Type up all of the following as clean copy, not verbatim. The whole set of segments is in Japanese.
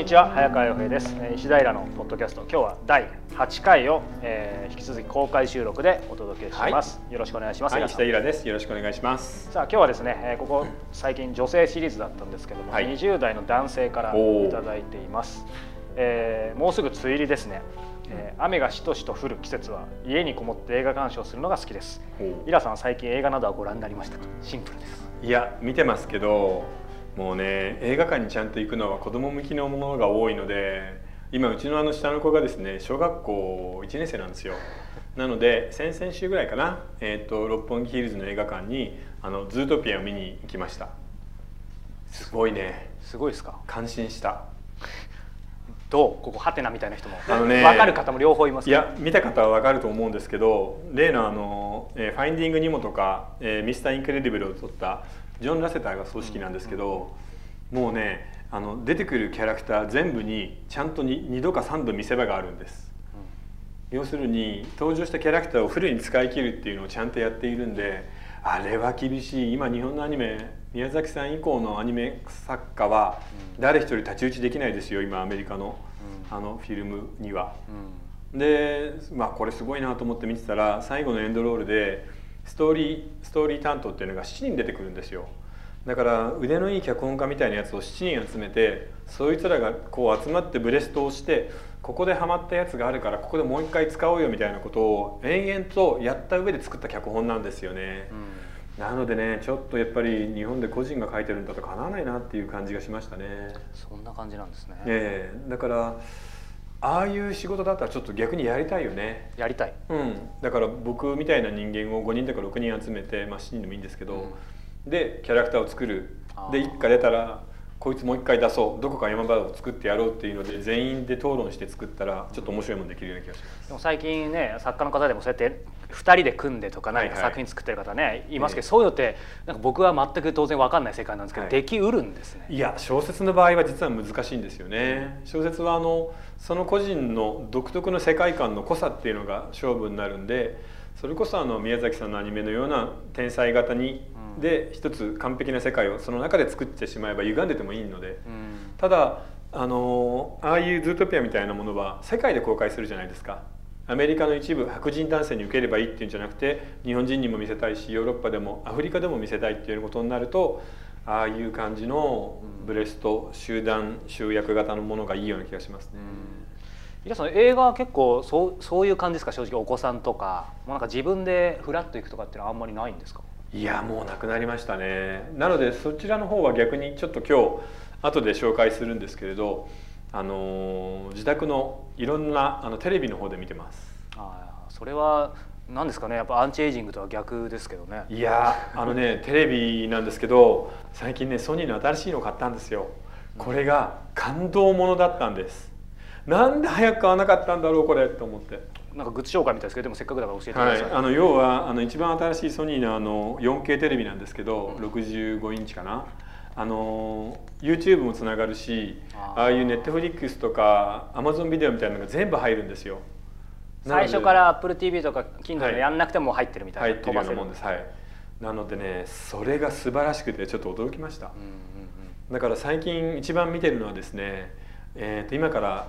にちは、早川洋平です。石平のポッドキャスト、今日は第8回を、引き続き公開収録でお届けします。よろしくお願いします。 石平です。よろしくお願いします。 さあ、今日はですね、ここ最近女性シリーズだったんですけども、20代の男性からいただいています。もうすぐ梅雨入りですね。雨がしとしと降る季節は家にこもって映画鑑賞するのが好きです。イラさんは最近映画などはご覧になりましたか？シンプルです。 いや、見てますけど、もうね、映画館にちゃんと行くのは子供向きのものが多いので、今うちの下の子がですね、小学校1年生なんですよ。なので先々週ぐらいかな、六本木ヒルズの映画館にズートピアを見に行きました。すごいね。 すごいですか？ 感心した。 ここハテナみたいな人も分かる方も両方いますか？ いや、見た方は分かると思うんですけど、例のファインディング・ニモとかミスター・インクレディブルを撮ったジョン・ラセターが葬式なんですけど、もうね、出てくるキャラクター全部にちゃんと2度か3度見せ場があるんです。要するに登場したキャラクターをフルに使い切るっていうのをちゃんとやっているんで、あれは厳しい。今日本のアニメ、宮崎さん以降のアニメ作家は誰一人太刀打ちできないですよ、今アメリカのフィルムには。で、これすごいなと思って見てたら、最後のエンドロールでストーリー担当っていうのが7人出てくるんですよ。だから腕のいい脚本家みたいなやつを7人集めて、そいつらがこう集まってブレストをして、ここでハマったやつがあるからここでもう一回使おうよみたいなことを延々とやった上で作った脚本なんですよね。なのでね、ちょっとやっぱり日本で個人が書いてるんだとかなわないなっていう感じがしましたね。 そんな感じなんですね。 だからああいう仕事だったらちょっと逆にやりたいよね。 やりたい。 だから僕みたいな人間を5人とか6人集めて、7人でもいいんですけど、でキャラクターを作る。で一家出たらこいつもう一回出そう、どこか山場を作ってやろうっていうので全員で討論して作ったらちょっと面白いものできるような気がします。 でも最近ね、作家の方でもそうやって2人で組んでとか何か作品作ってる方ね、いますけど、そういうのってなんか僕は全く当然分かんない世界なんですけど、できうるんですね。 いや、小説の場合は実は難しいんですよね。小説はその個人の独特の世界観の濃さっていうのが勝負になるんで、それこそ宮崎さんのアニメのような天才型にで一つ完璧な世界をその中で作ってしまえば歪んでてもいいので、ただああいうズートピアみたいなものは世界で公開するじゃないですか。アメリカの一部白人男性に受ければいいっていうんじゃなくて、日本人にも見せたいし、ヨーロッパでもアフリカでも見せたいっていうことになると、ああいう感じのブレスト集団集約型のものがいいような気がしますね。 皆さん映画は結構そういう感じですか？正直お子さんとかもうなんか自分でフラッと行くとかっていうのはあんまりないんですか？ いや、もうなくなりましたね。なのでそちらの方は逆にちょっと今日後で紹介するんですけれど、自宅のいろんなテレビの方で見てます。 それは何ですかね、やっぱアンチエイジングとは逆ですけどね。 いや、テレビなんですけど、最近ねソニーの新しいのを買ったんですよ。これが感動ものだったんです。なんで早く買わなかったんだろうこれと思って。 なんかグッズ紹介みたいですけど、でもせっかくだから教えてください。 要は一番新しいソニーの4K テレビなんですけど、65インチかな。YouTube もつながるし、ああいう Netflix とか Amazon ビデオみたいなのが全部入るんですよ。 最初から Apple TV とか Kindle でやんなくても入ってるみたいな。 入ってるようなもんです。なのでね、それが素晴らしくてちょっと驚きました。だから最近一番見てるのはですね、今から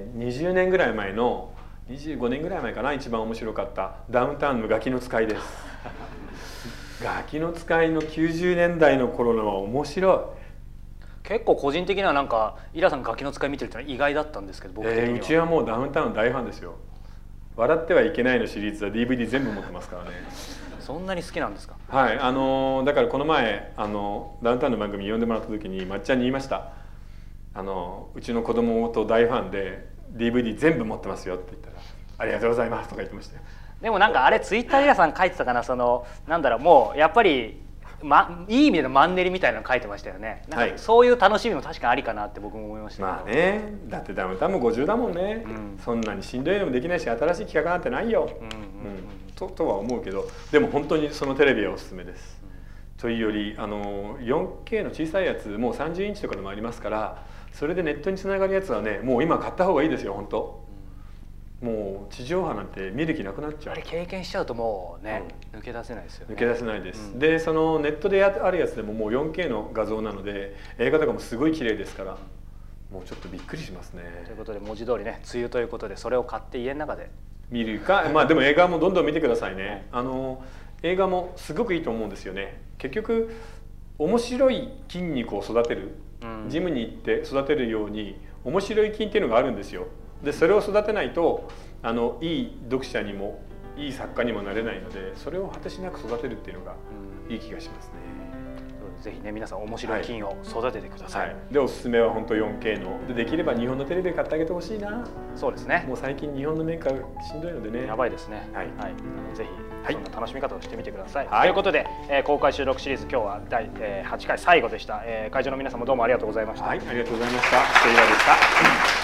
20年ぐらい前の25年ぐらい前かな、一番面白かったダウンタウンのガキの使いです。ガキの使いの90年代の頃のは面白い。 結構個人的にはなんかイラさんがガキの使い見てるってのは意外だったんですけど、僕的には。 うちはもうダウンタウン大ファンですよ。笑ってはいけないのシリーズは DVD 全部持ってますからね。 そんなに好きなんですか？ はい、だからこの前ダウンタウンの番組呼んでもらった時にまっちゃんに言いました。うちの子供と大ファンで DVD 全部持ってますよって言ったら、ありがとうございますとか言ってましたよ。 でもなんかあれツイッターで皆さん書いてたかな、なんだろう、もうやっぱり、いい意味でのマンネリみたいなの書いてましたよね。なんかそういう楽しみも確かにありかなって僕も思いました。 まあね、だってダウンタウンも50だもんね。そんなにしんどいのもできないし、新しい企画なんてないよとは思うけど、でも本当にそのテレビはおすすめです。というより4K の小さいやつもう30インチとかでもありますから、それでネットにつながるやつはね、もう今買った方がいいですよ。本当もう地上波なんて見る気なくなっちゃう。 あれ経験しちゃうともうね、抜け出せないですよね。 抜け出せないです。でそのネットであるやつでももう 4K の画像なので、映画とかもすごい綺麗ですから、 もうちょっとびっくりしますね。 ということで文字通りね、梅雨ということでそれを買って家の中で見るか、まあでも映画もどんどん見てくださいね。映画もすごくいいと思うんですよね。結局面白い筋肉を育てる、ジムに行って育てるように面白い筋っていうのがあるんですよ。でそれを育てないといい読者にもいい作家にもなれないので、それを果てしなく育てるっていうのがいい気がしますね。 ぜひね、皆さん面白い筋を育ててください。 でおすすめは本当 4K のできれば日本のテレビ買ってあげてほしいな。 そうですね。 もう最近日本のメーカーしんどいのでね。 やばいですね。 はい。 ぜひそんな楽しみ方をしてみてください。ということで公開収録シリーズ今日は第8回最後でした。会場の皆さんもどうもありがとうございました。 はい、ありがとうございました。セイラでした。